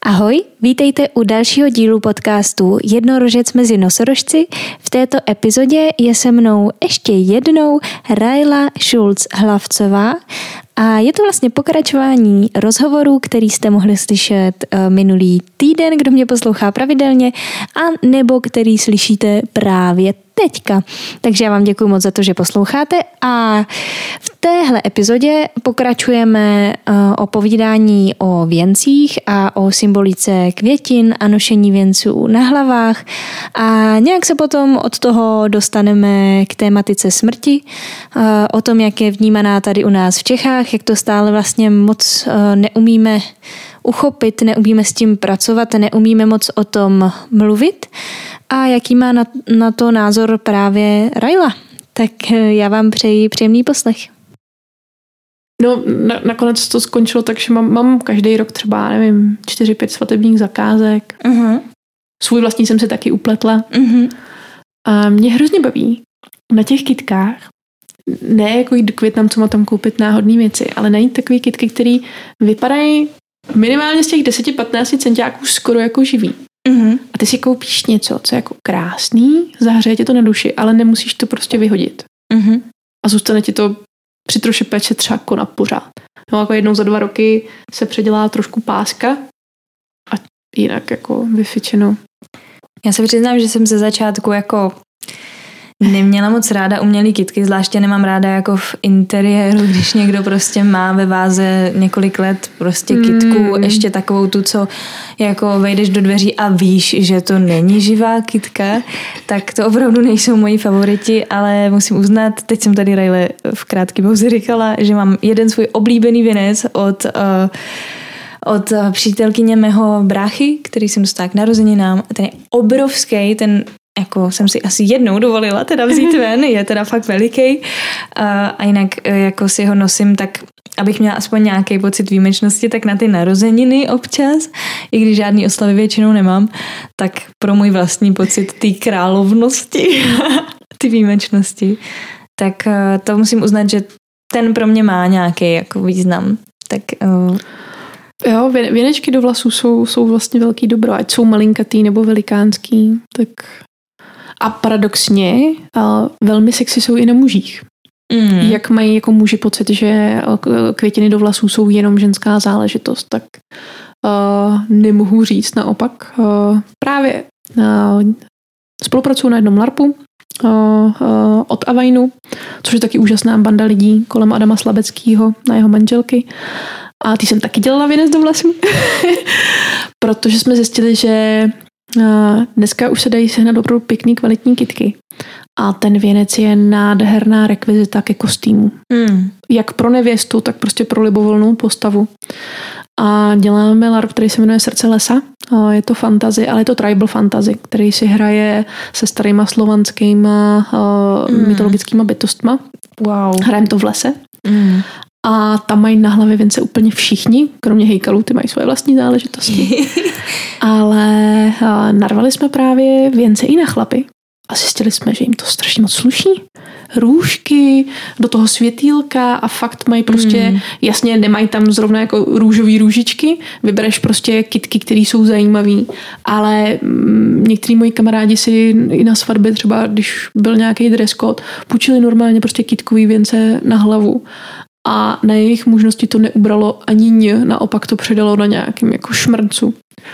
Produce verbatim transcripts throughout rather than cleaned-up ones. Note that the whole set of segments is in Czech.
Ahoj, vítejte u dalšího dílu podcastu Jednorožec mezi nosorožci. V této epizodě je se mnou ještě jednou Raila Schulz-Hlavcová a je to vlastně pokračování rozhovorů, který jste mohli slyšet minulý týden, kdo mě poslouchá pravidelně, a nebo který slyšíte právě teďka. Takže já vám děkuji moc za to, že posloucháte, a v téhle epizodě pokračujeme o povídání o věncích a o symbolice květin a nošení věnců na hlavách, a nějak se potom od toho dostaneme k tématice smrti, o tom, jak je vnímaná tady u nás v Čechách, jak to stále vlastně moc neumíme uchopit, neumíme s tím pracovat, neumíme moc o tom mluvit, a jaký má na, na to názor právě Raila. Tak já vám přeji příjemný poslech. No, na, nakonec to skončilo tak, že mám, mám každý rok třeba, nevím, čtyři, pět svatebních zakázek. Uh-huh. Svůj vlastní jsem si taky upletla. Uh-huh. A mě hrozně baví na těch kytkách, ne jako jít do Květnamcům a tam koupit náhodné věci, ale najít takové kytky, které vypadají minimálně z těch deset patnáct centiáků skoro jako živý. Uh-huh. A ty si koupíš něco, co je jako krásný, zahřeje tě to na duši, ale nemusíš to prostě vyhodit. Uh-huh. A zůstane ti to při troši péče třeba konat pořád. No, jako jednou za dva roky se předělá trošku páska a jinak jako vyfičeno. Já se přiznám, že jsem ze začátku jako neměla moc ráda umělý kytky, zvláště nemám ráda jako v interiéru, když někdo prostě má ve váze několik let prostě kytku, mm. ještě takovou tu, co jako vejdeš do dveří a víš, že to není živá kytka, tak to opravdu nejsou moji favoriti, ale musím uznat, teď jsem tady Raile v krátké pauze říkala, že mám jeden svůj oblíbený věnec od uh, od přítelkyně mého bráchy, který jsem dostala k narozeninám. Ten je obrovský, ten jako jsem si asi jednou dovolila teda vzít ven, je teda fakt veliký, a, a jinak jako si ho nosím tak, abych měla aspoň nějaký pocit výjimečnosti, tak na ty narozeniny občas, i když žádný oslavy většinou nemám, tak pro můj vlastní pocit té královnosti, ty výjimečnosti, tak to musím uznat, že ten pro mě má nějaký jako význam. Tak uh, jo, věnečky do vlasů jsou, jsou vlastně velký dobro, ať jsou malinkatý nebo velikánský, tak a paradoxně a velmi sexy jsou i na mužích. Mm. Jak mají jako muži pocit, že květiny do vlasů jsou jenom ženská záležitost, tak uh, nemohu říct naopak. Uh, právě uh, spolupracuju na jednom larpu uh, uh, od Avainu, což je taky úžasná banda lidí kolem Adama Slabeckýho na jeho manželky. A ty jsem taky dělala věnec do vlasů, protože jsme zjistili, že dneska už se dají sehnat opravdu pěkný kvalitní kytky. A ten věnec je nádherná rekvizita ke kostýmu. Mm. Jak pro nevěstu, tak prostě pro libovolnou postavu. A děláme larp, který se jmenuje Srdce lesa. Je to fantasy, ale je to tribal fantasy, který si hraje se starýma slovanskýma mm. mytologickýma bytostma. Wow. Hrajeme to v lese. Mm. A tam mají na hlavě věnce úplně všichni, kromě hejkalů, ty mají svoje vlastní záležitosti. Ale narvali jsme právě věnce i na chlapy. A zjistili jsme, že jim to strašně moc sluší. Růžky, do toho světýlka a fakt mají prostě, mm. jasně nemají tam zrovna jako růžový růžičky, vybereš prostě kytky, které jsou zajímavý, ale některý moji kamarádi si i na svatbě třeba, když byl nějaký dress code, půjčili normálně prostě kytkový věnce na hlavu. A na jejich možnosti to neubralo ani ně, naopak to předalo na nějakým jako šmrncu.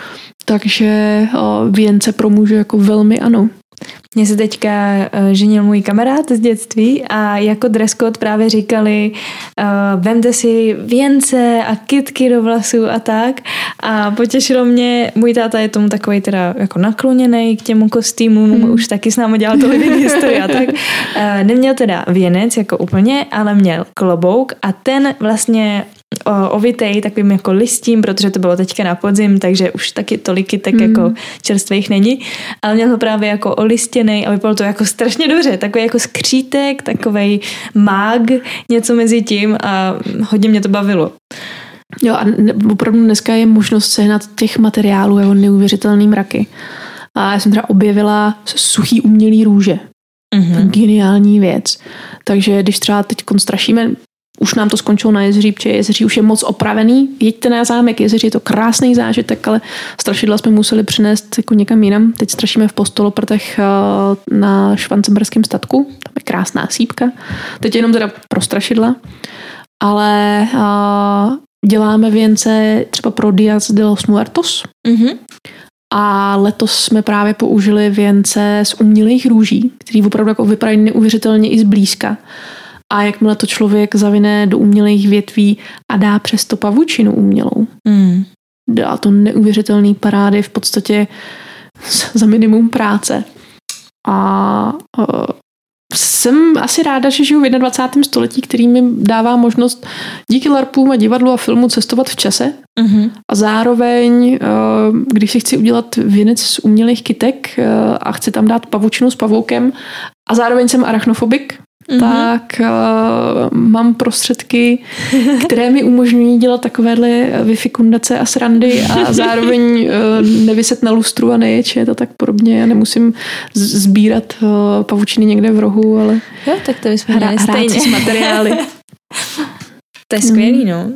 Takže věnce pro muže jako velmi ano. Mně se teďka uh, ženil můj kamarád z dětství a jako dress code právě říkali uh, vemte si věnce a kytky do vlasů a tak, a potěšilo mě, můj táta je tomu takovej teda jako nakloněnej k těmu kostýmu, mm. už taky s námi dělal tolik historie a tak. Uh, neměl teda věnec jako úplně, ale měl klobouk a ten vlastně ovitej takovým jako listím, protože to bylo teďka na podzim, takže už taky toliky tak mm. jako čerstvých není, ale měl ho právě jako olistěnej a vypadalo to jako strašně dobře, takový jako skřítek, takovej mág, něco mezi tím, a hodně mě to bavilo. Jo, a opravdu dneska je možnost sehnat těch materiálů jako neuvěřitelný mraky. A já jsem teda objevila suchý umělý růže. Mm-hmm. Geniální věc. Takže když třeba teď strašíme už nám to skončilo na Jezeří, protože Jezeří už je moc opravený. Jeďte na zámek Jezeří, je to krásný zážitek, ale strašidla jsme museli přinést jako někam jinam. Teď strašíme v Postoloprtech na Švancemberském statku. Tam je krásná sípka. Teď jenom teda pro strašidla. Ale uh, děláme věnce třeba pro Días de los Muertos. Mm-hmm. A letos jsme právě použili věnce z umělých růží, který opravdu jako vypadají neuvěřitelně i zblízka. A jakmile to člověk zavine do umělých větví a dá přes to pavučinu umělou, mm. dá to neuvěřitelný parády v podstatě za minimum práce. A uh, jsem asi ráda, že žiju v dvacátém prvním století, který mi dává možnost díky larpům a divadlu a filmu cestovat v čase. Mm-hmm. A zároveň, když si chci udělat věnec z umělých kytek a chci tam dát pavučinu s pavoukem a zároveň jsem arachnofobik, mm-hmm. tak uh, mám prostředky, které mi umožňují dělat takovéhle vyfikundace a srandy a zároveň uh, nevyset na lustru a neječe a tak podobně. Já nemusím sbírat uh, pavučiny někde v rohu, ale jo, tak to bychom hra, hrát si s materiály. To je skvělý, no.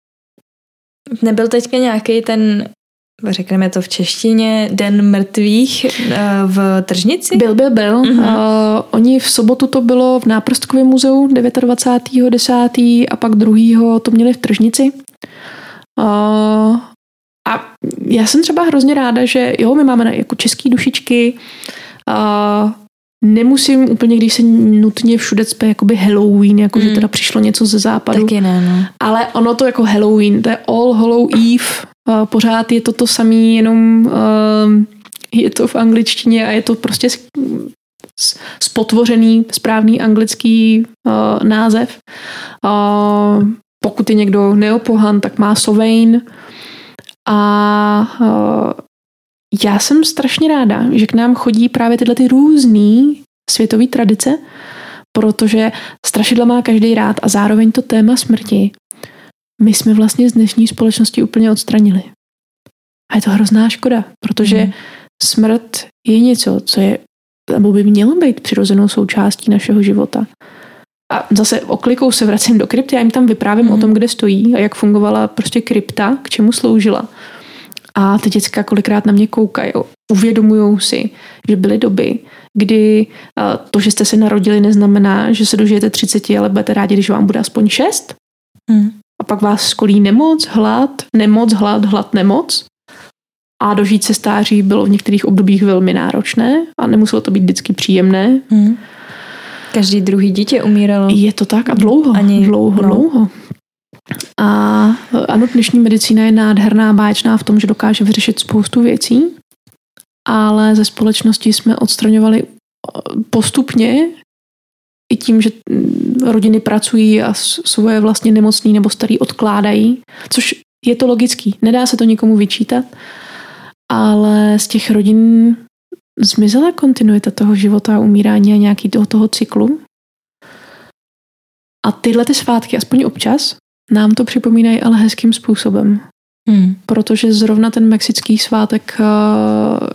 Nebyl teďka nějaký ten, řekneme to v češtině, Den mrtvých v Tržnici? Byl, byl, byl. Mm-hmm. Uh, oni v sobotu to bylo v Náprstkově muzeu dvacátého devátého desátého a pak druhýho to měli v Tržnici. Uh, a já jsem třeba hrozně ráda, že jo, my máme jako český dušičky, uh, nemusím úplně, když se nutně všude cpe jakoby Halloween, jako mm. že teda přišlo něco ze západu. Taky ne, no. Ale ono to jako Halloween, to je All Hallow Eve, uh, pořád je to to samý, jenom uh, je to v angličtině a je to prostě spotvořený správný anglický uh, název. Uh, pokud je někdo neopohan, tak má Sovein. A uh, já jsem strašně ráda, že k nám chodí právě tyhle ty různý světové tradice, protože strašidla má každý rád a zároveň to téma smrti my jsme vlastně z dnešní společnosti úplně odstranili. A je to hrozná škoda, protože mm. smrt je něco, co je, nebo by mělo být přirozenou součástí našeho života. A zase oklikou se vracím do krypty, já jim tam vyprávím mm. o tom, kde stojí a jak fungovala prostě krypta, k čemu sloužila. A ty děcka kolikrát na mě koukají, uvědomujou si, že byly doby, kdy to, že jste se narodili, neznamená, že se dožijete třiceti, ale budete rádi, když vám bude aspoň šest. Hmm. A pak vás skolí nemoc, hlad, nemoc, hlad, hlad, nemoc. A dožít se stáří bylo v některých obdobích velmi náročné a nemuselo to být vždycky příjemné. Hmm. Každý druhý dítě umíralo. Je to tak a dlouho, Ani dlouho, no. dlouho. A ano, dnešní medicína je nádherná, báječná v tom, že dokáže vyřešit spoustu věcí, ale ze společnosti jsme odstraňovali postupně i tím, že rodiny pracují a svoje vlastně nemocný nebo starý odkládají, což je to logický, nedá se to nikomu vyčítat, ale z těch rodin zmizela kontinuita toho života a umírání a nějaký toho, toho cyklu. A tyhle ty svátky, aspoň občas, nám to připomínají ale hezkým způsobem. Hmm. Protože zrovna ten mexický svátek uh,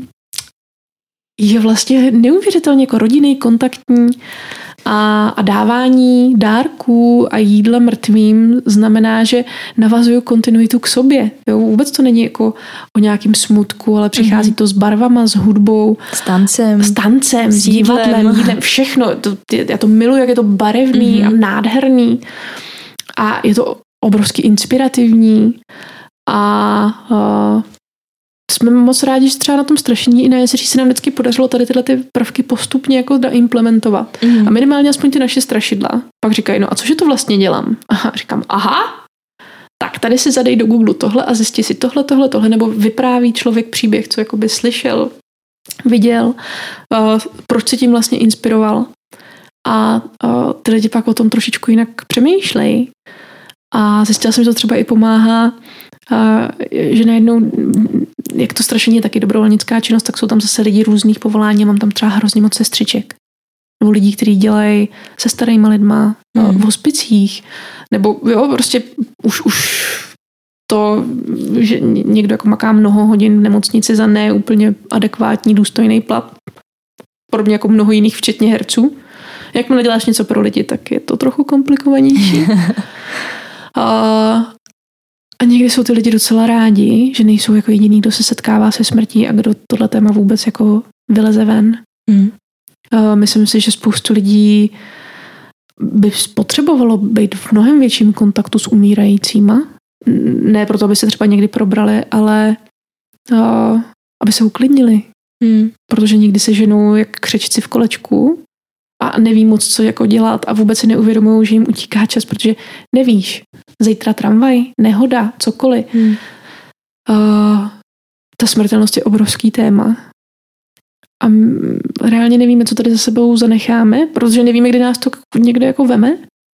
je vlastně neuvěřitelně jako rodinný, kontaktní a, a dávání dárků a jídla mrtvým znamená, že navazují kontinuitu k sobě. Jo? Vůbec to není jako o nějakým smutku, ale přichází mm-hmm. to s barvama, s hudbou. S tancem. S tancem, s divadlem, jídlem, všechno. To, já to miluji, jak je to barevný mm-hmm. a nádherný. A je to obrovsky inspirativní a uh, jsme moc rádi, že třeba na tom Strašení i na Jezeří se nám vždycky podařilo tady tyhle ty prvky postupně jako implementovat. Mm. A minimálně aspoň ty naše strašidla. Pak říkají, no a cože to vlastně dělám? Aha, říkám, aha, tak tady si zadej do Google tohle a zjistí si tohle, tohle, tohle, nebo vypráví člověk příběh, co jakoby slyšel, viděl, uh, proč se tím vlastně inspiroval. A uh, ty lidi pak o tom trošičku jinak přemýšlejí. A zjistila jsem, že to třeba i pomáhá, uh, že najednou, jak to Strašení je taky dobrovolnická činnost, tak jsou tam zase lidi různých povolání. Mám tam třeba hrozně moc sestřiček. Nebo lidí, kteří dělají se starýma lidma hmm. v hospicích. Nebo jo, prostě už, už to, že někdo jako maká mnoho hodin v nemocnici za ne úplně adekvátní, důstojný plat. Podobně jako mnoho jiných, včetně herců. Jakmile děláš něco pro lidi, tak je to trochu komplikovanější. a, a někdy jsou ty lidi docela rádi, že nejsou jako jediný, kdo se setkává se smrtí a kdo tohle téma vůbec jako vyleze ven. Mm. A myslím si, že spoustu lidí by potřebovalo být v mnohem větším kontaktu s umírajícíma. Ne proto, aby se třeba někdy probrali, ale uh, aby se uklidnili. Hmm. Protože někdy se ženou jak křečci v kolečku a neví moc, co jako dělat a vůbec si neuvědomují, že jim utíká čas, protože nevíš. Zítra tramvaj, nehoda, cokoliv. Hmm. Uh, ta smrtelnost je obrovský téma. A reálně nevíme, co tady za sebou zanecháme, protože nevíme, kdy nás to někdo jako veme.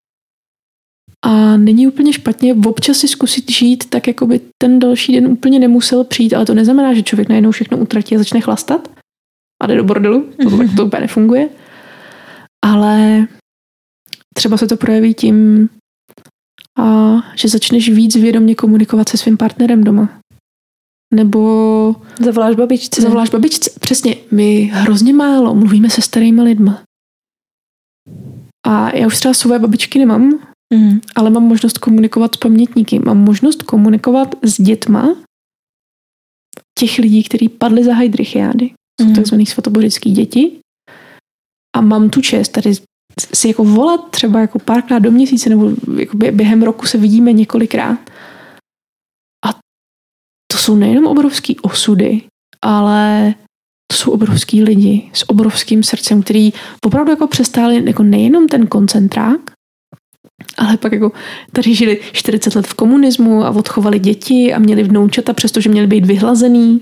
A není úplně špatně občas si zkusit žít tak, jako by ten další den úplně nemusel přijít, ale to neznamená, že člověk najednou všechno utratí a začne chlastat a jde do bordelu. To, tak to úplně nefunguje. Ale třeba se to projeví tím, a že začneš víc vědomě komunikovat se svým partnerem doma. Nebo zavoláš babičce. Zavoláš babičce. Přesně. My hrozně málo mluvíme se starými lidma. A já už třeba své babičky nemám, mm. ale mám možnost komunikovat s pamětníky. Mám možnost komunikovat s dětma těch lidí, kteří padli za heydrichiády. Jsou mm. takzvaný svatobořický děti. A mám tu čest tady si jako volat třeba jako párkrát do měsíce nebo jako během roku se vidíme několikrát. To jsou nejenom obrovský osudy, ale to jsou obrovský lidi s obrovským srdcem, který opravdu jako přestáli jako nejenom ten koncentrák, ale pak jako tady žili čtyřicet let v komunismu a odchovali děti a měli vnoučata, přestože měli být vyhlazený.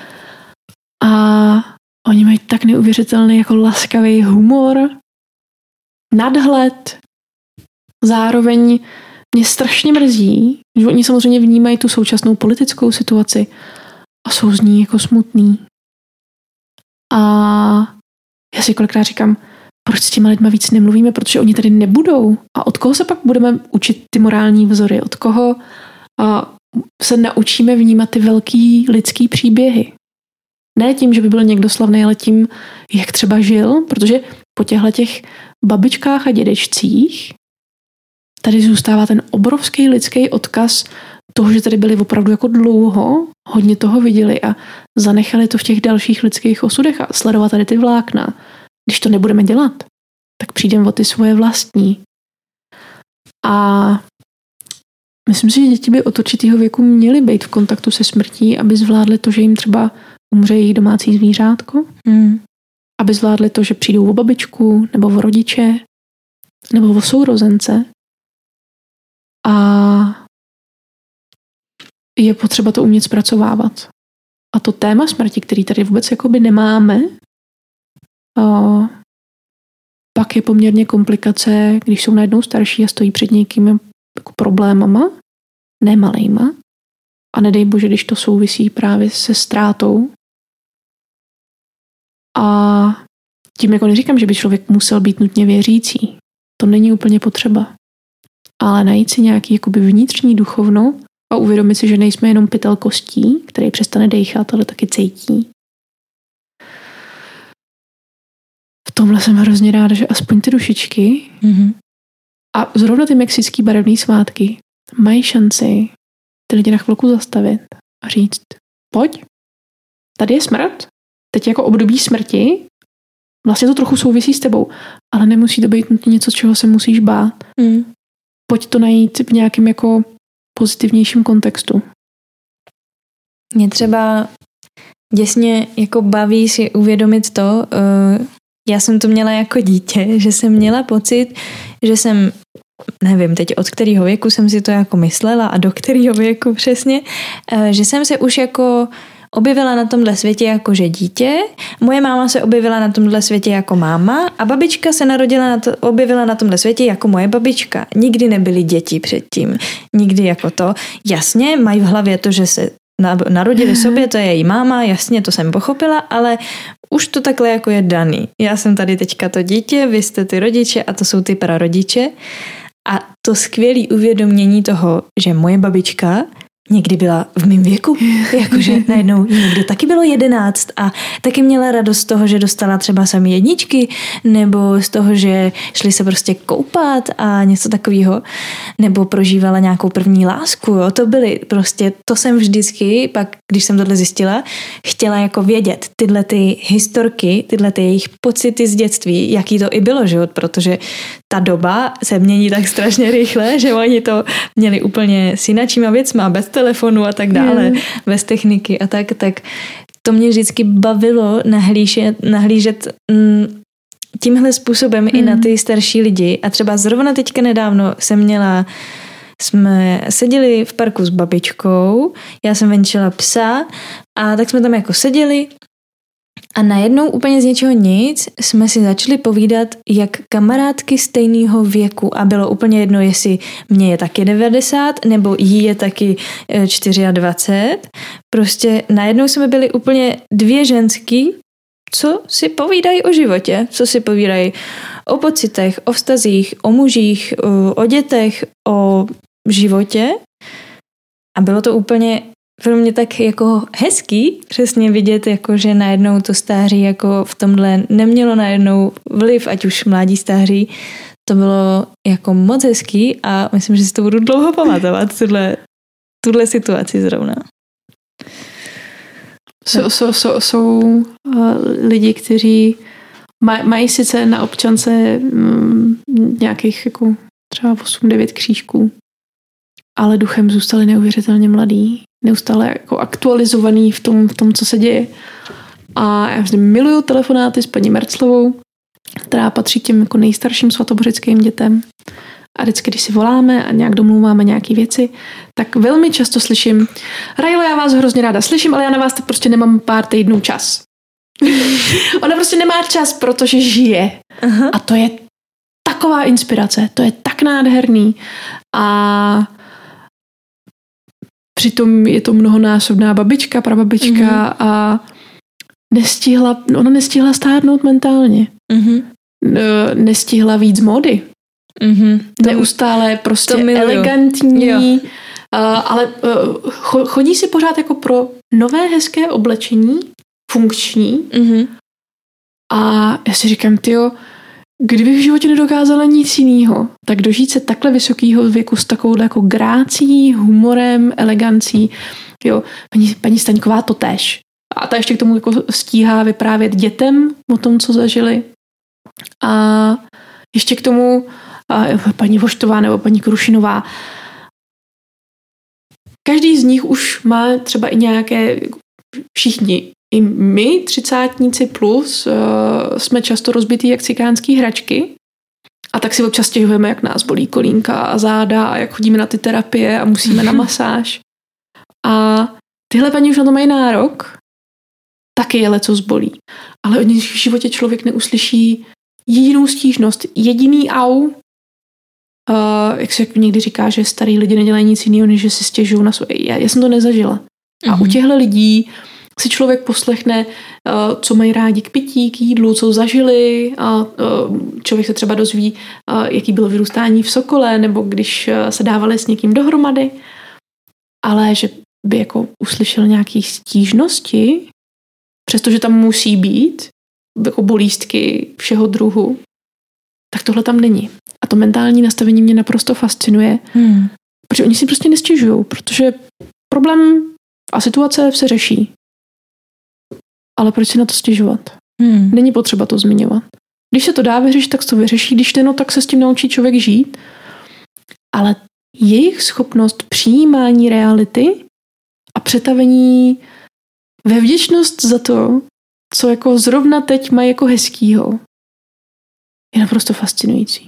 A oni mají tak neuvěřitelný jako laskavý humor, nadhled, zároveň mě strašně mrzí, že oni samozřejmě vnímají tu současnou politickou situaci a jsou z ní jako smutný. A já si kolikrát říkám, proč s těma lidma víc nemluvíme, protože oni tady nebudou. A od koho se pak budeme učit ty morální vzory? Od koho a se naučíme vnímat ty velký lidský příběhy? Ne tím, že by byl někdo slavný, ale tím, jak třeba žil, protože po těchto těch babičkách a dědečcích tady zůstává ten obrovský lidský odkaz toho, že tady byli opravdu jako dlouho, hodně toho viděli a zanechali to v těch dalších lidských osudech a sledovat tady ty vlákna. Když to nebudeme dělat, tak přijdeme o ty svoje vlastní. A myslím si, že děti by od určitého věku měly být v kontaktu se smrtí, aby zvládly to, že jim třeba umře jejich domácí zvířátko, hmm. aby zvládly to, že přijdou o babičku, nebo o rodiče, nebo o sourozence. A je potřeba to umět zpracovávat. A to téma smrti, který tady vůbec jakoby nemáme, a pak je poměrně komplikace, když jsou najednou starší a stojí před někými jako problémama, nemalejma. A nedej bože, když to souvisí právě se ztrátou. A tím jako neříkám, že by člověk musel být nutně věřící. To není úplně potřeba. Ale najít si nějaký jakoby vnitřní duchovno a uvědomit si, že nejsme jenom pytel kostí, který přestane dejchat, ale taky cítí. V tomhle jsem hrozně ráda, že aspoň ty dušičky mm-hmm. a zrovna ty mexický barevný svátky mají šanci ty lidi na chvilku zastavit a říct, pojď, tady je smrt, teď jako období smrti, vlastně to trochu souvisí s tebou, ale nemusí to být nutně něco, čeho se musíš bát. Mm. Pojď to najít v nějakém jako pozitivnějším kontextu. Mě třeba děsně jako baví si uvědomit to, uh, já jsem to měla jako dítě, že jsem měla pocit, že jsem, nevím teď od kterého věku jsem si to jako myslela a do kterého věku přesně, uh, že jsem se už jako objevila na tomhle světě jako že dítě, moje máma se objevila na tomhle světě jako máma a babička se narodila na to, objevila na tomhle světě jako moje babička. Nikdy nebyly děti předtím, nikdy jako to. Jasně, mají v hlavě to, že se narodili sobě, to je její máma, jasně, to jsem pochopila, ale už to takhle jako je daný. Já jsem tady teďka to dítě, vy jste ty rodiče a to jsou ty prarodiče. A to skvělé uvědomění toho, že moje babička někdy byla v mém věku, jakože najednou někdy taky bylo jedenáct a taky měla radost z toho, že dostala třeba sami jedničky, nebo z toho, že šli se prostě koupat a něco takového, nebo prožívala nějakou první lásku, jo. To byly prostě, to jsem vždycky, pak když jsem tohle zjistila, chtěla jako vědět tyhle ty historky, tyhle ty jejich pocity z dětství, jaký to i bylo, že jo, protože ta doba se mění tak strašně rychle, že oni to měli úplně s jináčíma věcma, bez telefonu a tak dále, mm. bez techniky a tak, tak to mě vždycky bavilo nahlížet, nahlížet mm, tímhle způsobem mm. i na ty starší lidi. A třeba zrovna teďka nedávno jsem měla, jsme seděli v parku s babičkou, já jsem venčila psa a tak jsme tam jako seděli a najednou úplně z něčeho nic jsme si začali povídat, jak kamarádky stejného věku a bylo úplně jedno, jestli mě je taky devadesát nebo jí je taky dvacet čtyři. Prostě najednou jsme byli úplně dvě ženský, co si povídají o životě, co si povídají o pocitech, o vztazích, o mužích, o, o dětech, o životě a bylo to úplně pro mě tak jako hezký přesně vidět, jako že najednou to stáří jako v tomhle nemělo najednou vliv, ať už mládí stáří. To bylo jako moc hezký a myslím, že si to budu dlouho pamatovat, tuhle, tuhle situaci zrovna. Jsou, jsou, jsou, jsou uh, lidi, kteří maj, mají sice na občance um, nějakých jako třeba osm devět křížků, ale duchem zůstali neuvěřitelně mladí, neustále jako aktualizovaný v tom, v tom, co se děje. A já vždy miluju telefonáty s paní Merclovou, která patří k těm jako nejstarším svatobořickým dětem. A vždycky, když si voláme a nějak domluváme nějaké věci, tak velmi často slyším: Rajlo, já vás hrozně ráda slyším, ale já na vás tak prostě nemám pár týdnů čas. Ona prostě nemá čas, protože žije. Aha. A to je taková inspirace, to je tak nádherný. A přitom je to mnohonásobná babička, prababička mm-hmm. a nestihla, ona nestihla stárnout mentálně. Mm-hmm. Nestihla víc módy. Mm-hmm. Neustále prostě elegantní, jo. Ale chodí si pořád jako pro nové hezké oblečení, funkční. Mm-hmm. A já si říkám, tyjo, kdybych v životě nedokázala nic jiného, tak dožít se takhle vysokého věku s takovou jako grácí, humorem, elegancí. Jo, paní, paní Staňková to též. A ta ještě k tomu jako stíhá vyprávět dětem o tom, co zažili. A ještě k tomu a paní Voštová nebo paní Krušinová. Každý z nich už má třeba i nějaké, všichni, i my, třicátníci plus, uh, jsme často rozbitý jak cikánský hračky a tak si občas stěžujeme, jak nás bolí kolínka a záda a jak chodíme na ty terapie a musíme na masáž. A tyhle paní už na to mají nárok, taky je lecos bolí. Ale od nich v životě člověk neuslyší jedinou stížnost, jediný au. Uh, jak se někdy říká, že starý lidi nedělají nic jiného, než že si stěžují na svoje. Já, já jsem to nezažila. A mm-hmm. u těchto lidí si člověk poslechne, uh, co mají rádi k pití, k jídlu, co zažili. A uh, člověk se třeba dozví, uh, jaký bylo vyrůstání v Sokole, nebo když uh, se dávali s někým dohromady. Ale že by jako uslyšel nějaké stížnosti, přestože tam musí být, jako bolístky všeho druhu, tak tohle tam není. A to mentální nastavení mě naprosto fascinuje, hmm. protože oni si prostě nestěžují, protože problém a situace se řeší. Ale proč si na to stěžovat? Hmm. Není potřeba to zmiňovat. Když se to dá vyřešit, tak se to vyřeší, když ne, no, tak se s tím naučí člověk žít. Ale jejich schopnost přijímání reality a přetavení ve vděčnost za to, co jako zrovna teď mají jako hezkýho, je naprosto fascinující.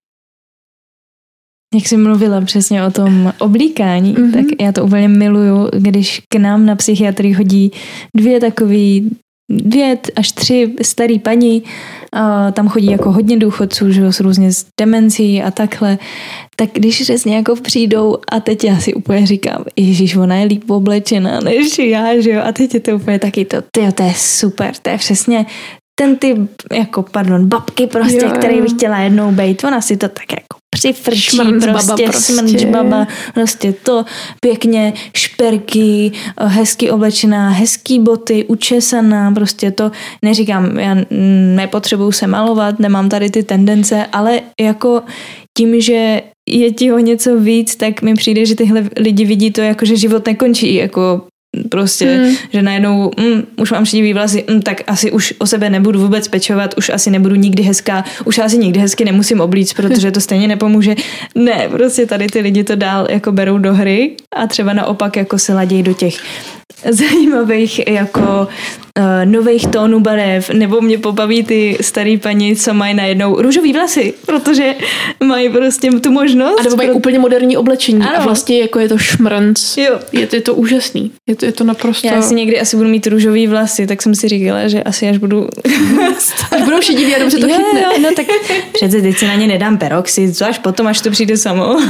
Jak jsi mluvila přesně o tom oblíkání, mm-hmm. tak já to úplně miluju, když k nám na psychiatrii hodí dvě takový, dvě až tři starý paní, a tam chodí jako hodně důchodců, že jo, s různě s demencí a takhle, tak když přesně jako přijdou a teď já si úplně říkám, ježiš, ona je líp oblečená než já, že jo, a teď je to úplně taky to, tyjo, to je super, to je přesně ten typ, jako, pardon, babky prostě, jo, jo. který bych chtěla jednou bejt, ona si to tak jako přifrčí, Šmrnc prostě, baba prostě. smrnč baba, prostě to pěkně, šperky, hezky oblečená, hezký boty, učesaná, prostě to, neříkám, já nepotřebuju se malovat, nemám tady ty tendence, ale jako tím, že je ti o něco víc, tak mi přijde, že tyhle lidi vidí to jako, že život nekončí, jako prostě, hmm. že najednou mm, už mám šedivý vlasy, mm, tak asi už o sebe nebudu vůbec pečovat, už asi nebudu nikdy hezká, už asi nikdy hezky nemusím oblíct, protože to stejně nepomůže. Ne, prostě tady ty lidi to dál jako berou do hry a třeba naopak jako se ladějí do těch zajímavých jako uh, nových tónů barev, nebo mě pobaví ty starý paní, co mají najednou růžový vlasy, protože mají prostě tu možnost. A nebo mají pro... úplně moderní oblečení. Ano. A vlastně jako je to šmrnc. Jo. Je to, je to úžasný. Je to, je to naprosto... Já si někdy asi budu mít růžový vlasy, tak jsem si říkala, že asi až budu... až budou šedivý a dobře to jo, chytne. Jo, no tak přece teď si na ně nedám peroxid, co až potom, až to přijde samo.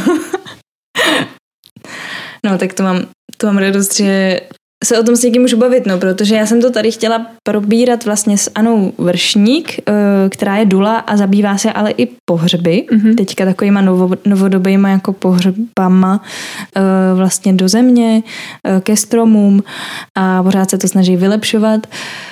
No tak to mám, to mám radost, že se o tom s někým můžu bavit, no, protože já jsem to tady chtěla probírat vlastně s Anou Vršník, která je dula a zabývá se ale i pohřby. Mm-hmm. Teďka takovýma novo, novodobýma jako pohřbama vlastně do země, ke stromům a pořád se to snaží vylepšovat.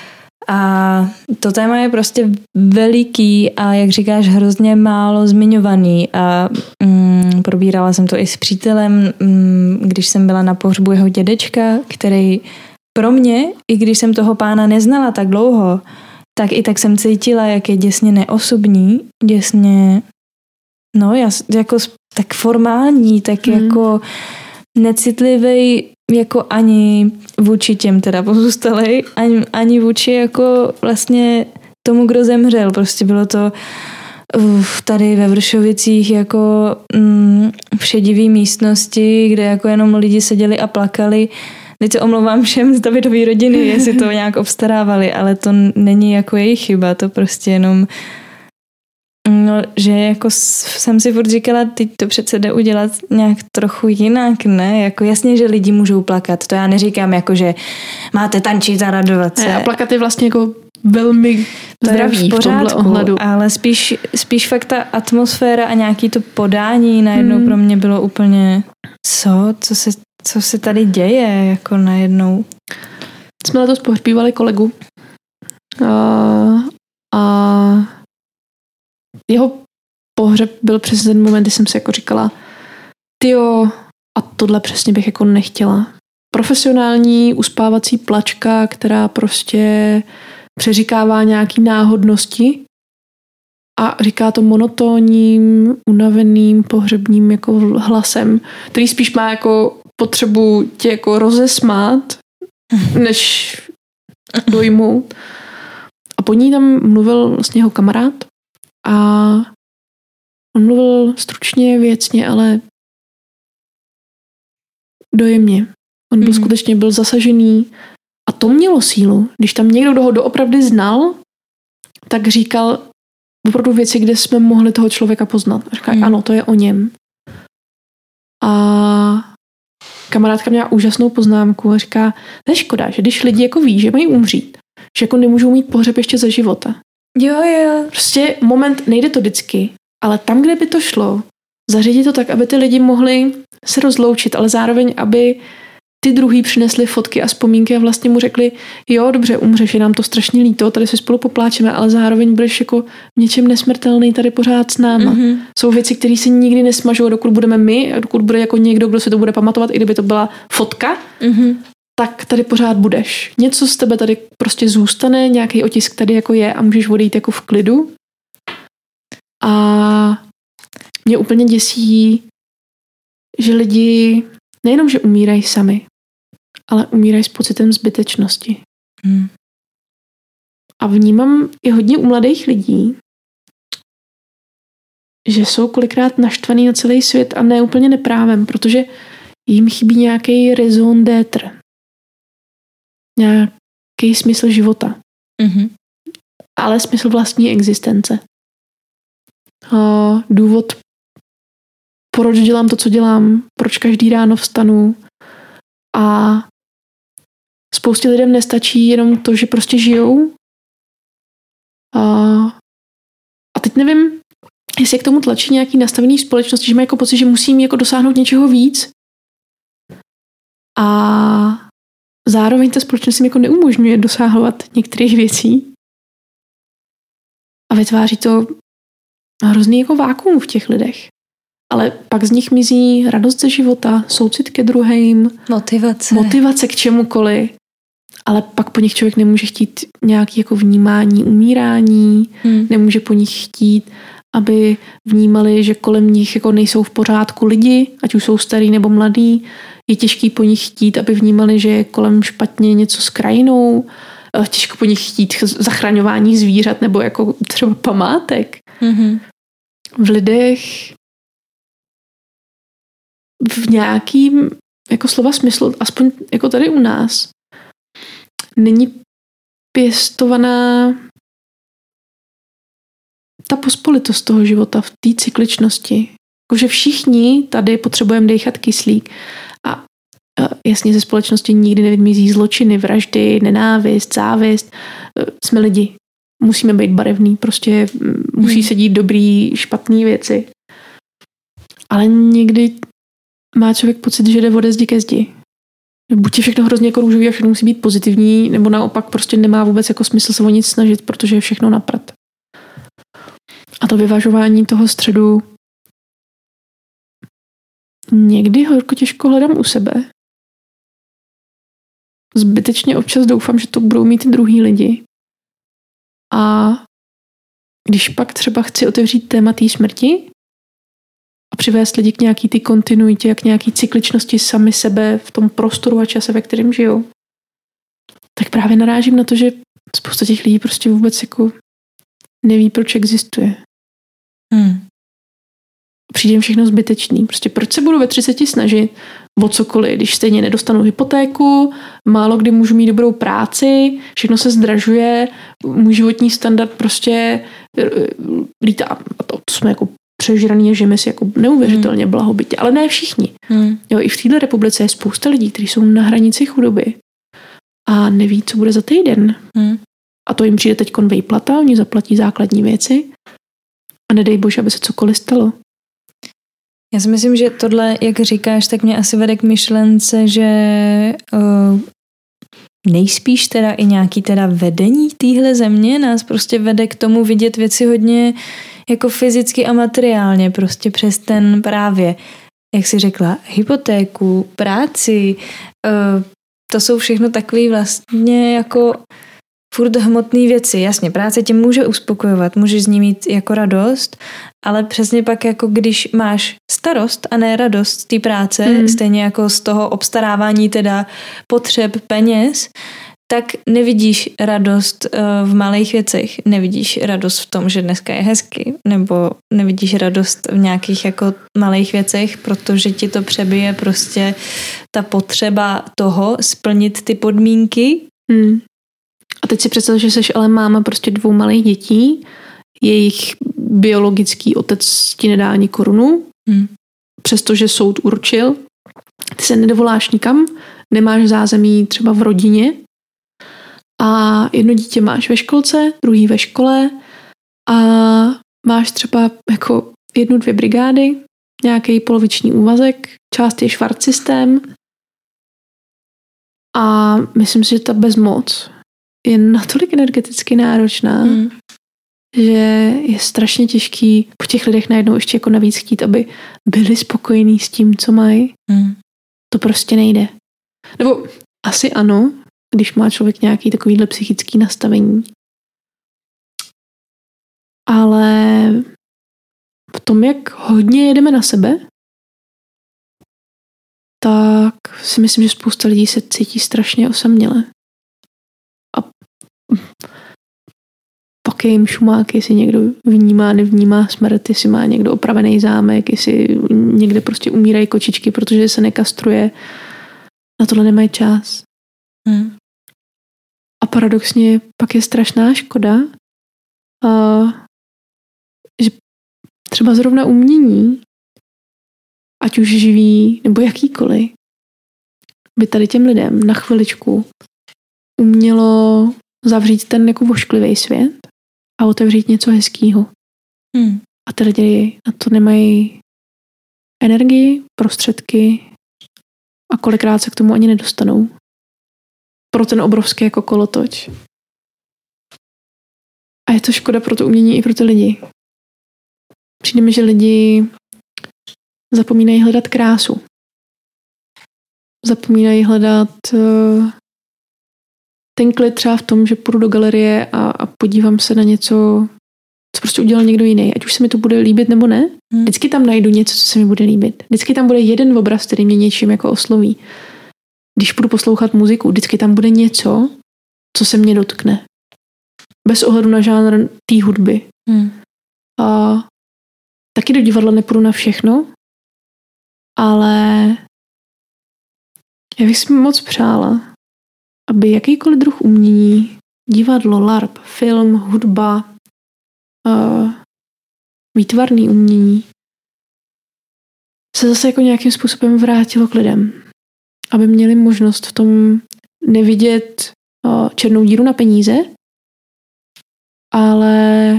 A to téma je prostě veliký a jak říkáš, hrozně málo zmiňovaný a mm, probírala jsem to i s přítelem, mm, když jsem byla na pohřbu jeho dědečka, který pro mě, i když jsem toho pána neznala tak dlouho, tak i tak jsem cítila, jak je děsně neosobní, děsně, no, jako tak formální, tak hmm. jako necitlivý jako ani vůči těm teda pozůstalej, ani, ani vůči jako vlastně tomu, kdo zemřel. Prostě bylo to uf, tady ve Vršovicích jako mm, v šedivý místnosti, kde jako jenom lidi seděli a plakali. Teď se omlouvám všem z Davidový rodiny, jestli to nějak obstarávali, ale to není jako jejich chyba, to prostě jenom no, že jako jsem si furt říkala, teď to přece jde udělat nějak trochu jinak, ne? Jako jasně, že lidi můžou plakat, to já neříkám jako, že máte tančit a radovat se. Ne, a plakat je vlastně jako velmi to zdravý v, pořádku, v tomhle ohledu. Ale spíš, spíš fakt ta atmosféra a nějaký to podání najednou hmm. pro mě bylo úplně co? Co se, co se tady děje jako najednou? Jsme letos pohřbívali kolegu a, a jeho pohřeb byl přesně ten moment, kdy jsem si jako říkala, tyjo, a tohle přesně bych jako nechtěla. Profesionální uspávací plačka, která prostě přeříkává nějaký náhodnosti a říká to monotónním, unaveným, pohřebním jako hlasem, který spíš má jako potřebu tě jako rozesmát, než dojmout. A po ní tam mluvil vlastně jeho kamarád a on mluvil stručně, věcně, ale dojemně. On byl mm-hmm. skutečně byl zasažený a to mělo sílu. Když tam někdo, kdo ho doopravdy znal, tak říkal opravdu věci, kde jsme mohli toho člověka poznat. A říkal, mm. ano, to je o něm. A kamarádka měla úžasnou poznámku a říká, to je škoda, že když lidi jako ví, že mají umřít, že jako nemůžou mít pohřeb ještě za života. Jo, jo. Prostě moment, nejde to vždycky, ale tam, kde by to šlo, zařídit to tak, aby ty lidi mohli se rozloučit, ale zároveň, aby ty druhý přinesli fotky a vzpomínky a vlastně mu řekli, jo, dobře, umřeš, je nám to strašně líto, tady si spolu popláčeme, ale zároveň budeš jako něčem nesmrtelný tady pořád s náma. Mm-hmm. Jsou věci, které se nikdy nesmažou, dokud budeme my, a dokud bude jako někdo, kdo si to bude pamatovat, i kdyby to byla fotka, mm-hmm. tak tady pořád budeš. Něco z tebe tady prostě zůstane, nějaký otisk tady jako je a můžeš odejít jako v klidu. A mě úplně děsí, že lidi nejenom, že umírají sami, ale umírají s pocitem zbytečnosti. Hmm. A vnímám i hodně u mladých lidí, že jsou kolikrát naštvaný na celý svět a ne úplně neprávem, protože jim chybí nějaký raison d'être. Nějaký smysl života. Mm-hmm. Ale smysl vlastní existence. A důvod, proč dělám to, co dělám, proč každý ráno vstanu a spoustě lidem nestačí jenom to, že prostě žijou. A, a teď nevím, jestli k tomu tlačí nějaký nastavený společnosti, že má jako pocit, že musím jako dosáhnout něčeho víc. A zároveň ta společnost jim jako neumožňuje dosáhovat některých věcí. A vytváří to hrozný jako vákuum v těch lidech. Ale pak z nich mizí radost ze života, soucit ke druhým, motivace. motivace k čemukoliv. Ale pak po nich člověk nemůže chtít nějaké jako vnímání, umírání, hmm. nemůže po nich chtít, aby vnímali, že kolem nich jako nejsou v pořádku lidi, ať už jsou starý nebo mladý. Je těžký po nich chtít, aby vnímali, že je kolem špatně něco s krajinou. Těžko po nich chtít zachraňování zvířat nebo jako třeba památek. Hmm. V lidech v nějakým jako slova smyslu, aspoň jako tady u nás, není pěstovaná ta pospolitost toho života v té cykličnosti. Jakože všichni tady potřebujeme dejchat kyslík. A jasně ze společnosti nikdy nevymizí zločiny, vraždy, nenávist, závist. Jsme lidi. Musíme být barevný. Prostě musí hmm. se dít dobrý, špatný věci. Ale někdy má člověk pocit, že jde ode zdi ke zdi. Buď je všechno hrozně jako růžový a všechno musí být pozitivní, nebo naopak prostě nemá vůbec jako smysl se o nic snažit, protože je všechno na prd. A to vyvažování toho středu někdy horko těžko hledám u sebe. Zbytečně občas doufám, že to budou mít i druhý lidi. A když pak třeba chci otevřít téma té smrti a přivést lidi k nějaký ty kontinuitě, k nějaký cykličnosti sami sebe v tom prostoru a čase, ve kterém žijou, tak právě narážím na to, že spousta těch lidí prostě vůbec jako neví, proč existuje. Hmm. Přijde jim všechno zbytečný. Prostě proč se budu ve třiceti snažit o cokoliv, když stejně nedostanu hypotéku, málo kdy můžu mít dobrou práci, všechno se zdražuje, můj životní standard prostě lítá. A to, to jsme jako přežraný a žijeme si jako neuvěřitelně hmm. blahobytě. Ale ne všichni. Hmm. Jo, i v této republice je spousta lidí, kteří jsou na hranici chudoby a neví, co bude za týden. Hmm. A to jim přijde teď výplata, oni zaplatí základní věci a nedej bože, aby se cokoliv stalo. Já si myslím, že tohle, jak říkáš, tak mě asi vede k myšlence, že uh, nejspíš teda i nějaký teda vedení téhle země nás prostě vede k tomu vidět věci hodně jako fyzicky a materiálně, prostě přes ten právě, jak jsi řekla, hypotéku, práci, uh, to jsou všechno takové vlastně jako furt hmotné věci. Jasně, práce tě může uspokojovat, můžeš z ní mít jako radost, ale přesně pak jako když máš starost a ne radost z té práce, mm. stejně jako z toho obstarávání teda potřeb peněz, tak nevidíš radost v malých věcech. Nevidíš radost v tom, že dneska je hezky, nebo nevidíš radost v nějakých jako malých věcech, protože ti to přebije prostě ta potřeba toho splnit ty podmínky. Mm. A teď si představ, že jsi ale máma prostě dvou malých dětí, jejich biologický otec ti nedá ani korunu, hmm. přestože soud určil, ty se nedovoláš nikam, nemáš zázemí třeba v rodině a jedno dítě máš ve školce, druhý ve škole a máš třeba jako jednu, dvě brigády, nějaký poloviční úvazek, část je švart systém a myslím si, že ta bezmoc je natolik energeticky náročná, hmm. že je strašně těžký po těch lidech najednou ještě jako navíc chtít, aby byli spokojení s tím, co mají. Hmm. To prostě nejde. Nebo asi ano, když má člověk nějaký takovýhle psychický nastavení. Ale v tom, jak hodně jedeme na sebe, tak si myslím, že spousta lidí se cítí strašně osaměle. Pak je jim šumák, jestli někdo vnímá, nevnímá smrt, jestli má někdo opravený zámek, jestli někde prostě umírají kočičky, protože se nekastruje. Na tohle nemají čas. Hmm. A paradoxně pak je strašná škoda, a, že třeba zrovna umění, ať už živý nebo jakýkoliv, by tady těm lidem na chviličku umělo zavřít ten jako vošklivý svět a otevřít něco hezkýho. Hmm. a ty lidi na to nemají energii, prostředky a kolikrát se k tomu ani nedostanou. Pro ten obrovský jako kolotoč. A je to škoda pro to umění i pro ty lidi. Přijde mi, že lidi zapomínají hledat krásu. Zapomínají hledat uh, ten klid třeba v tom, že půjdu do galerie a, a podívám se na něco, co prostě udělal někdo jiný. Ať už se mi to bude líbit nebo ne. Hmm. Vždycky tam najdu něco, co se mi bude líbit. Vždycky tam bude jeden obraz, který mě něčím jako osloví. Když budu poslouchat muziku, vždycky tam bude něco, co se mě dotkne. Bez ohledu na žánr té hudby. Hmm. A taky do divadla nepůjdu na všechno, ale já bych si moc přála, aby jakýkoliv druh umění, divadlo, larp, film, hudba, uh, výtvarný umění, se zase jako nějakým způsobem vrátilo k lidem. Aby měli možnost v tom nevidět uh, černou díru na peníze, ale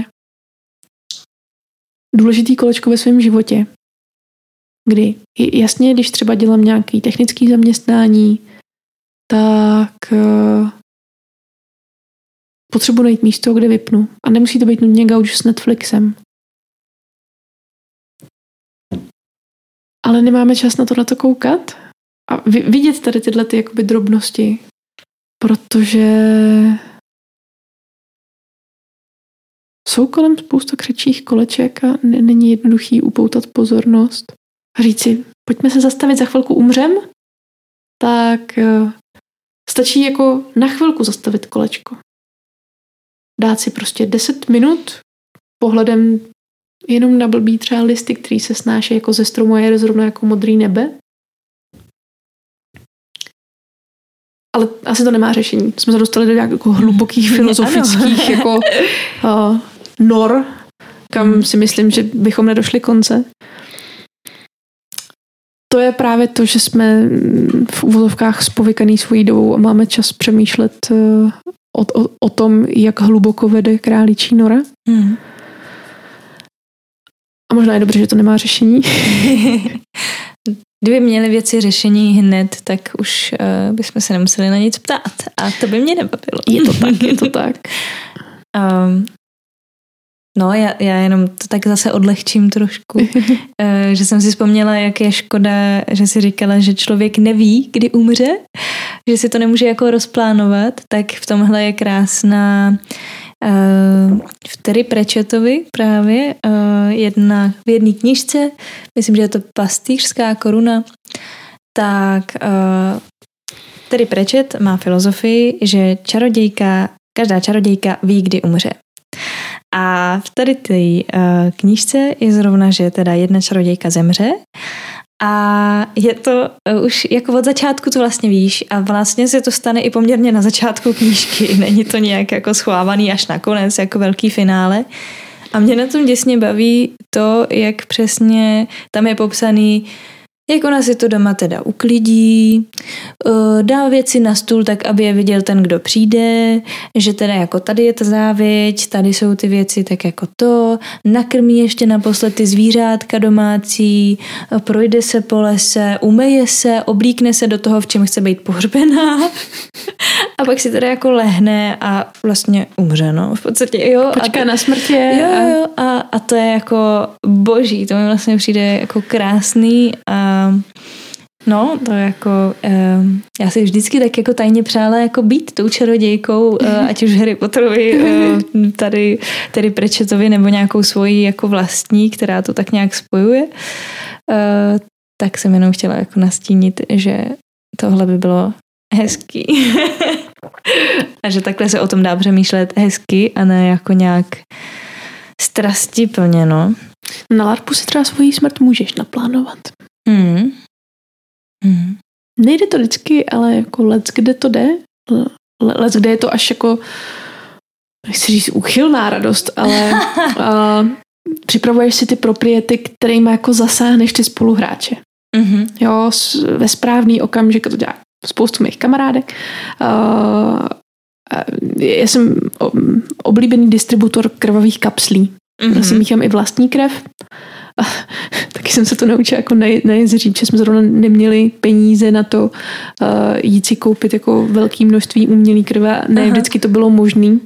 důležitý kolečko ve svém životě. Kdy jasně, když třeba dělám nějaký technický zaměstnání, tak uh, potřebuji najít místo, kde vypnu. A nemusí to být nutně gauč s Netflixem. Ale nemáme čas na to na to koukat a vidět tady tyhle ty jakoby drobnosti, protože jsou kolem spousta křečích koleček a n- není jednoduchý upoutat pozornost a říct si, pojďme se zastavit, za chvilku umřem, tak uh, stačí jako na chvilku zastavit kolečko. Dát si prostě deset minut pohledem jenom na blbý třeba listy, který se snáší jako ze stromu a je zrovna jako modrý nebe. Ale asi to nemá řešení. Jsme se dostali do nějakých jako hlubokých filozofických jako uh, nor, kam si myslím, že bychom nedošli konce. To je právě to, že jsme v uvozovkách spovykaný svojí dobou a máme čas přemýšlet uh, o, o, o tom, jak hluboko vede králičí nora. Hmm. A možná je dobře, že to nemá řešení. Kdyby měly věci řešení hned, tak už uh, bychom se nemuseli na nic ptát. A to by mě nebavilo. Je to tak, je to tak. um, no, já, já jenom to tak zase odlehčím trošku. uh, že jsem si vzpomněla, jak je škoda, že si říkala, že člověk neví, kdy umře, že si to nemůže jako rozplánovat, tak v tomhle je krásná Uh, v Terry Pratchettovi právě uh, jedna, v jedné knížce, myslím, že je to Pastýřská koruna, tak uh, Terry Pratchett má filozofii, že čarodějka, každá čarodějka ví, kdy umře. A v tady té uh, knížce je zrovna, že teda jedna čarodějka zemře a je to uh, už jako od začátku to vlastně víš a vlastně se to stane i poměrně na začátku knížky. Není to nějak jako schovávaný až nakonec, jako velký finále. A mě na tom děsně baví to, jak přesně tam je popsaný, jak ona si to doma teda uklidí, dá věci na stůl tak, aby je viděl ten, kdo přijde, že teda jako tady je ta závěť, tady jsou ty věci tak jako to, nakrmí ještě naposled ty zvířátka domácí, projde se po lese, umeje se, oblíkne se do toho, v čem chce být pohřbená a pak si teda jako lehne a vlastně umře, no. V podstatě, jo. Počká na smrtě. Jo, jo, a, a to je jako boží, to mi vlastně přijde jako krásný a no, to jako uh, já si vždycky tak jako tajně přála jako být tou čarodějkou, uh, ať už Harry Potterovi, uh, tady, tady Pratchettovi nebo nějakou svoji jako vlastní, která to tak nějak spojuje. Uh, tak jsem jenom chtěla jako nastínit, že tohle by bylo hezký. A že takhle se o tom dá přemýšlet hezky a ne jako nějak strastiplně, no. Na larpu si třeba svoji smrt můžeš naplánovat. Hmm. Hmm. Nejde to vždycky, ale jako lec, kde to jde, lec, kde je to až jako, nechci říct úchylná radost, ale uh, připravuješ si ty propriety, kterými jako zasáhneš ty spoluhráče. Mm-hmm. Jo, ve správný okamžik, to dělá spoustu mých kamarádek. Uh, já jsem oblíbený distributor krvavých kapslí. Mm-hmm. Já si míchám i vlastní krev. A taky jsem se to naučila jako na jezeří, protože jsme zrovna neměli peníze na to uh, jít si koupit jako velké množství umělý krve. Ne, Aha. vždycky to bylo možný.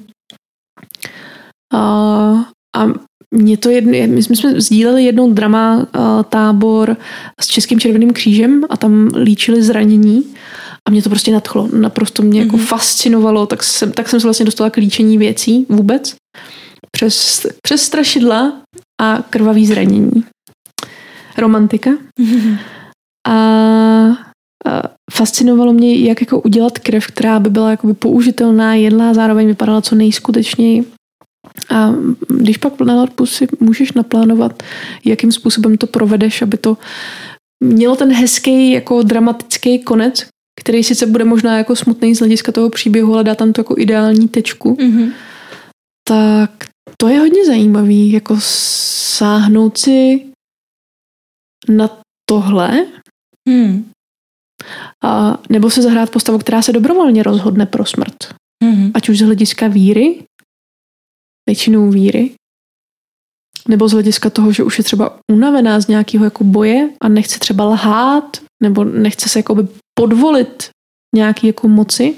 Uh, a mě to jedno, my jsme sdíleli jednou drama uh, tábor s Českým červeným křížem a tam líčili zranění a mě to prostě nadchlo. Naprosto mě mm-hmm. jako fascinovalo, tak jsem, tak jsem se vlastně dostala k líčení věcí vůbec. Přes, přes strašidla a krvavý zranění. Romantika. Mm-hmm. A, a fascinovalo mě, jak jako udělat krev, která by byla jakoby použitelná, jedlá, zároveň vypadala co nejskutečněji. A když pak na LARPu si můžeš naplánovat, jakým způsobem to provedeš, aby to mělo ten hezký jako dramatický konec, který sice bude možná jako smutný z hlediska toho příběhu, ale dá tam tu jako ideální tečku, mm-hmm. tak to je hodně zajímavý, jako sáhnout si na tohle, hmm. a nebo se zahrát postavu, která se dobrovolně rozhodne pro smrt. Hmm. Ať už z hlediska víry, většinou víry, nebo z hlediska toho, že už je třeba unavená z nějakého jako boje a nechce třeba lhát, nebo nechce se jakoby podvolit nějaký jako moci.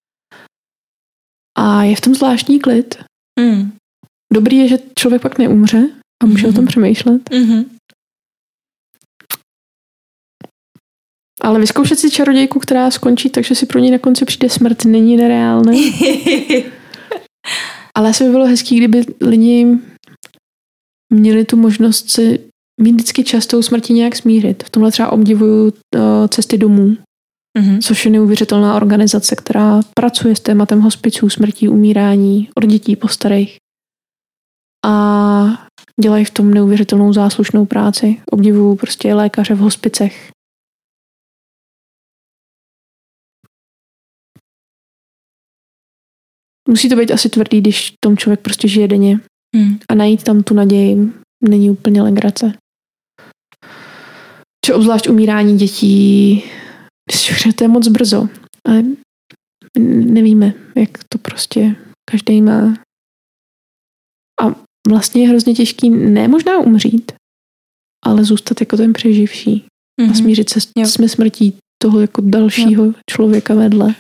A je v tom zvláštní klid. Hmm. Dobrý je, že člověk pak neumře a může mm-hmm. o tom přemýšlet. Mm-hmm. Ale vyzkoušet si čarodějku, která skončí, takže si pro ní na konci přijde smrt, není nereálné. Ale asi by bylo hezký, kdyby lidi měli tu možnost si mít vždycky častou smrti nějak smířit. V tomhle třeba obdivuju uh, Cesty domů, mm-hmm. což je neuvěřitelná organizace, která pracuje s tématem hospiců, smrtí, umírání, od dětí po starých. A dělají v tom neuvěřitelnou záslušnou práci. Obdivuju prostě lékaře v hospicech. Musí to být asi tvrdý, když tom člověk prostě žije denně. Hmm. A najít tam tu naději není úplně legrace. Či obzvlášť umírání dětí, to je moc brzo. Ale nevíme, jak to prostě každý má. A vlastně je hrozně těžký ne možná umřít, ale zůstat jako ten přeživší. Mm-hmm. A smířit se s, s smrtí toho jako dalšího jo. člověka vedle.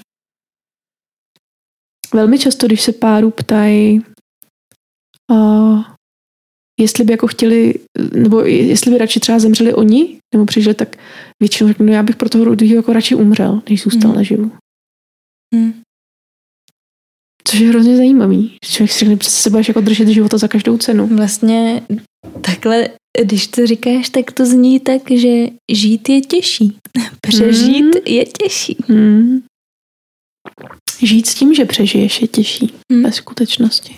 Velmi často, když se páru ptají, uh, jestli by jako chtěli, nebo jestli by radši třeba zemřeli oni, nebo přežili, tak většinou řeknu, no já bych pro toho druhého jako radši umřel, než zůstal mm. naživu. Mm. Což je hrozně zajímavý. Člověk si řekne, se budeš jako držet života za každou cenu. Vlastně takhle, když to říkáš, tak to zní tak, že žít je těžší. Přežít mm. je těžší. Mm. Žít s tím, že přežiješ, je těžší mm. ve skutečnosti.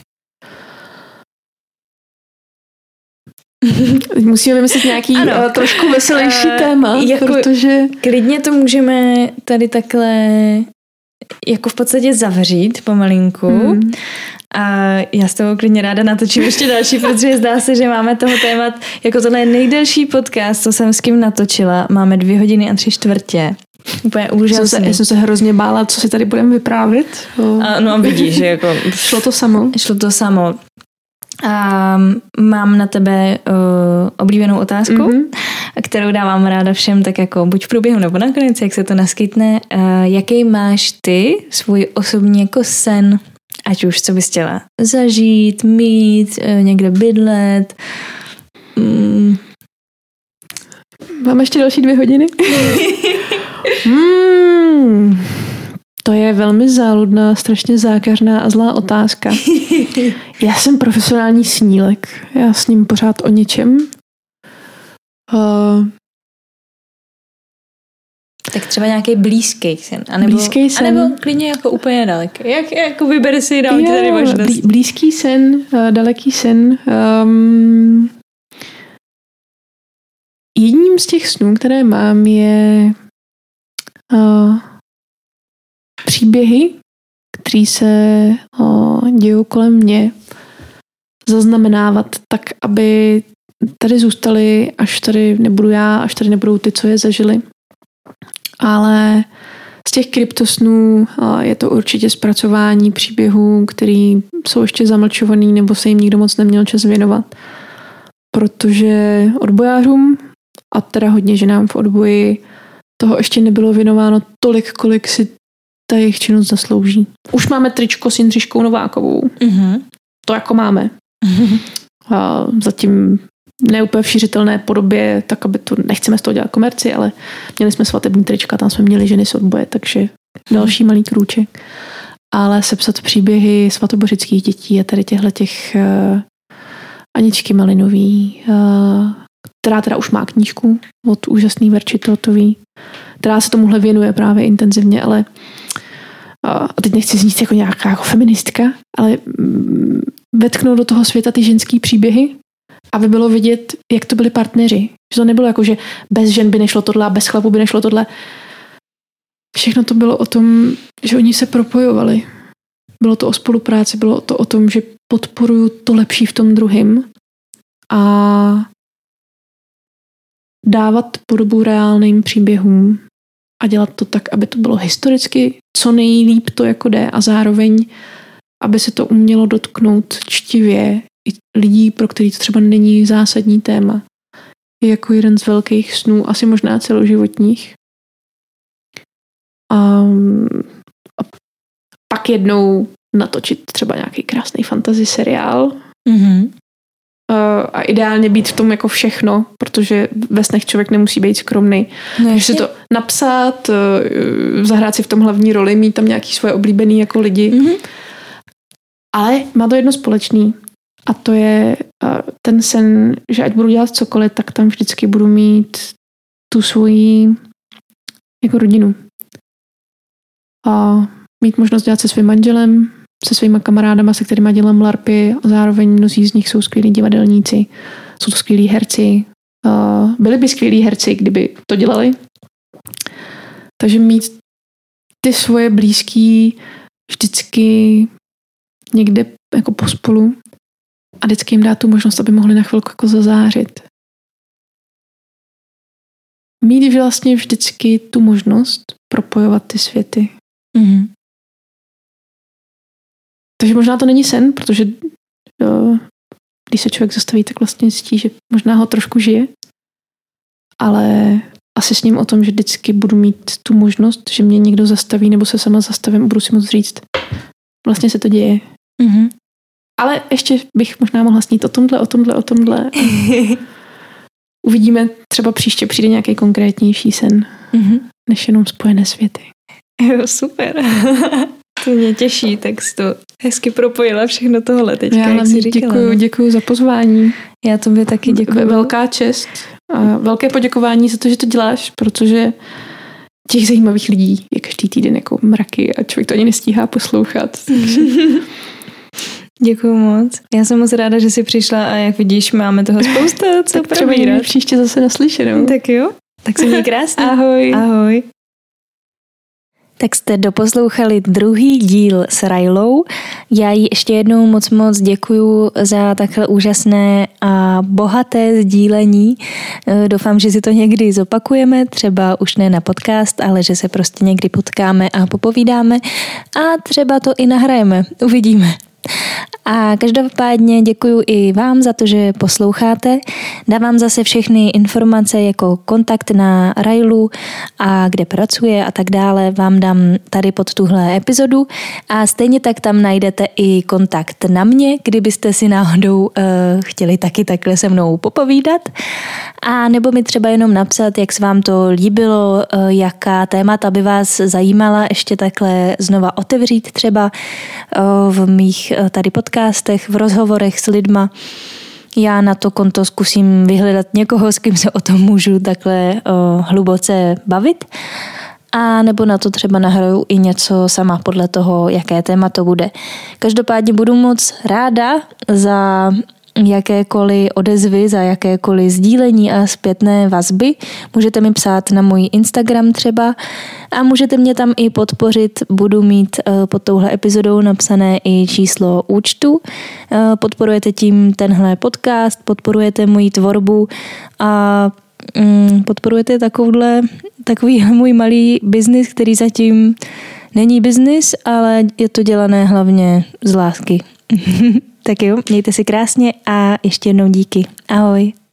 Musíme vymyslet nějaký ano. uh, trošku veselější uh, téma, jako protože... Klidně to můžeme tady takhle jako v podstatě zavřít pomalinku. Hmm. A já s tebou klidně ráda natočím ještě další, protože zdá se, že máme toho témat, jako tohle je nejdelší podcast, co jsem s kým natočila. Máme dvě hodiny a tři čtvrtě. Úplně úžasný. Jsem se, já jsem se hrozně bála, co si tady budeme vyprávět. A no vidíš, že jako... Šlo to samo. Šlo to samo. A mám na tebe uh, oblíbenou otázku, mm-hmm. kterou dávám ráda všem, tak jako buď v průběhu nebo nakonec, jak se to naskytne. Uh, jaký máš ty svůj osobní jako sen, ať už co bys chtěla zažít, mít, uh, někde bydlet. Mm. Máme ještě další dvě hodiny? hmm. To je velmi záludná, strašně zákeřná a zlá otázka. Já jsem profesionální snílek. Já sním pořád o něčem. Uh, tak třeba nějaký blízký sen. Anebo, blízký sen. Anebo klidně jako úplně daleký. Jak, jako vybere si, dám ti tady možnost. Blí, blízký sen, uh, daleký sen. Um, jedním z těch snů, které mám, je... Uh, příběhy, které se o, dějou kolem mě, zaznamenávat tak, aby tady zůstaly, až tady nebudu já, až tady nebudou ty, co je zažili. Ale Z těch kryptosnů je to určitě zpracování příběhů, který jsou ještě zamlčovaný nebo se jim nikdo moc neměl čas věnovat. Protože odbojářům a teda hodně ženám v odboji toho ještě nebylo věnováno tolik, kolik si ta jejich činnost zaslouží. Už máme tričko s Jindřiškou Novákovou. Mm-hmm. To jako máme. Mm-hmm. A zatím ne úplně v šířitelné podobě, tak aby to, nechceme z toho dělat komerci, ale měli jsme svatební trička, tam jsme měli ženy z odboje, takže další malý krůček. Ale sepsat příběhy svatobořických dětí a tady těchto těch uh, Aničky Malinový, uh, která teda už má knížku od úžasný Verči Totový, která se tomuhle věnuje právě intenzivně, ale uh, a teď nechci znít jako nějaká jako feministka, ale um, vetknout do toho světa ty ženský příběhy, aby bylo vidět, jak to byli partneři. Že to nebylo jako, že bez žen by nešlo tohle a bez chlapů by nešlo tohle. Všechno to bylo o tom, že oni se propojovali. Bylo to o spolupráci, bylo to o tom, že podporuju to lepší v tom druhém a dávat podobu reálným příběhům a dělat to tak, aby to bylo historicky co nejlíp to jako jde a zároveň, aby se to umělo dotknout čtivě i lidí, pro který to třeba není zásadní téma. Je jako jeden z velkých snů, asi možná celoživotních. A, a pak jednou natočit třeba nějaký krásný fantasy seriál. Mm-hmm. A ideálně být v tom jako všechno, protože ve snech člověk nemusí být skromný. No, takže si to napsat, zahrát si v tom hlavní roli, mít tam nějaký svoje oblíbený jako lidi. Mm-hmm. Ale má to jedno společný. A to je ten sen, že ať budu dělat cokoliv, tak tam vždycky budu mít tu svoji jako rodinu. A mít možnost dělat se svým manželem, se svýma kamarádama, se kterýma dělám larpy a zároveň mnozí z nich jsou skvělí divadelníci, jsou to skvělí herci. Byli by skvělí herci, kdyby to dělali. Takže mít ty svoje blízký vždycky někde jako pospolu a vždycky jim dát tu možnost, aby mohli na chvilku jako zazářit. Mít vlastně vždycky tu možnost propojovat ty světy. Mm-hmm. Takže možná to není sen, protože jo, když se člověk zastaví, tak vlastně zjistí, že možná ho trošku žije, ale asi s ním o tom, že vždycky budu mít tu možnost, že mě někdo zastaví nebo se sama zastavím a budu si moc říct, vlastně se to děje. Mm-hmm. Ale ještě bych možná mohla snít o tomhle, o tomhle, o tomhle. Uvidíme, třeba příště přijde nějaký konkrétnější sen, mm-hmm. než jenom spojené světy. Jo, super. To mě těší, tak jsi to hezky propojila všechno tohle teďka, já jak jsi říkala. Děkuju, děkuju za pozvání. Já tobě taky děkuju. Velká čest a velké poděkování za to, že to děláš, protože těch zajímavých lidí je každý týden jako mraky a člověk to ani nestíhá poslouchat. Děkuju moc. Já jsem moc ráda, že jsi přišla a jak vidíš, máme toho spousta, co tak třeba jiný příště zase naslyšenou. Tak jo, tak se měj krásně. Ahoj. Ahoj. Tak jste doposlouchali druhý díl s Railou. Já jí ještě jednou moc moc děkuju za takhle úžasné a bohaté sdílení. Doufám, že si to někdy zopakujeme, třeba už ne na podcast, ale že se prostě někdy potkáme a popovídáme a třeba to i nahrajeme. Uvidíme. A každopádně děkuji i vám za to, že posloucháte. Dávám zase všechny informace jako kontakt na Railu a kde pracuje a tak dále vám dám tady pod tuhle epizodu a stejně tak tam najdete i kontakt na mě, kdybyste si náhodou uh, chtěli taky takhle se mnou popovídat a nebo mi třeba jenom napsat, jak se vám to líbilo, uh, jaká témata by vás zajímala ještě takhle znova otevřít třeba uh, v mých uh, tady podcastech, v rozhovorech s lidma. Já na to konto zkusím vyhledat někoho, s kým se o tom můžu takhle uh, hluboce bavit. A nebo na to třeba nahraju i něco sama podle toho, jaké téma to bude. Každopádně budu moc ráda za jakékoliv odezvy, za jakékoliv sdílení a zpětné vazby. Můžete mi psát na můj Instagram třeba a můžete mě tam i podpořit. Budu mít pod touhle epizodou napsané i číslo účtu. Podporujete tím tenhle podcast, podporujete moji tvorbu a mm, podporujete takovouhle, takový můj malý biznis, který zatím není biznis, ale je to dělané hlavně z lásky. Tak jo, mějte si krásně a ještě jednou díky. Ahoj.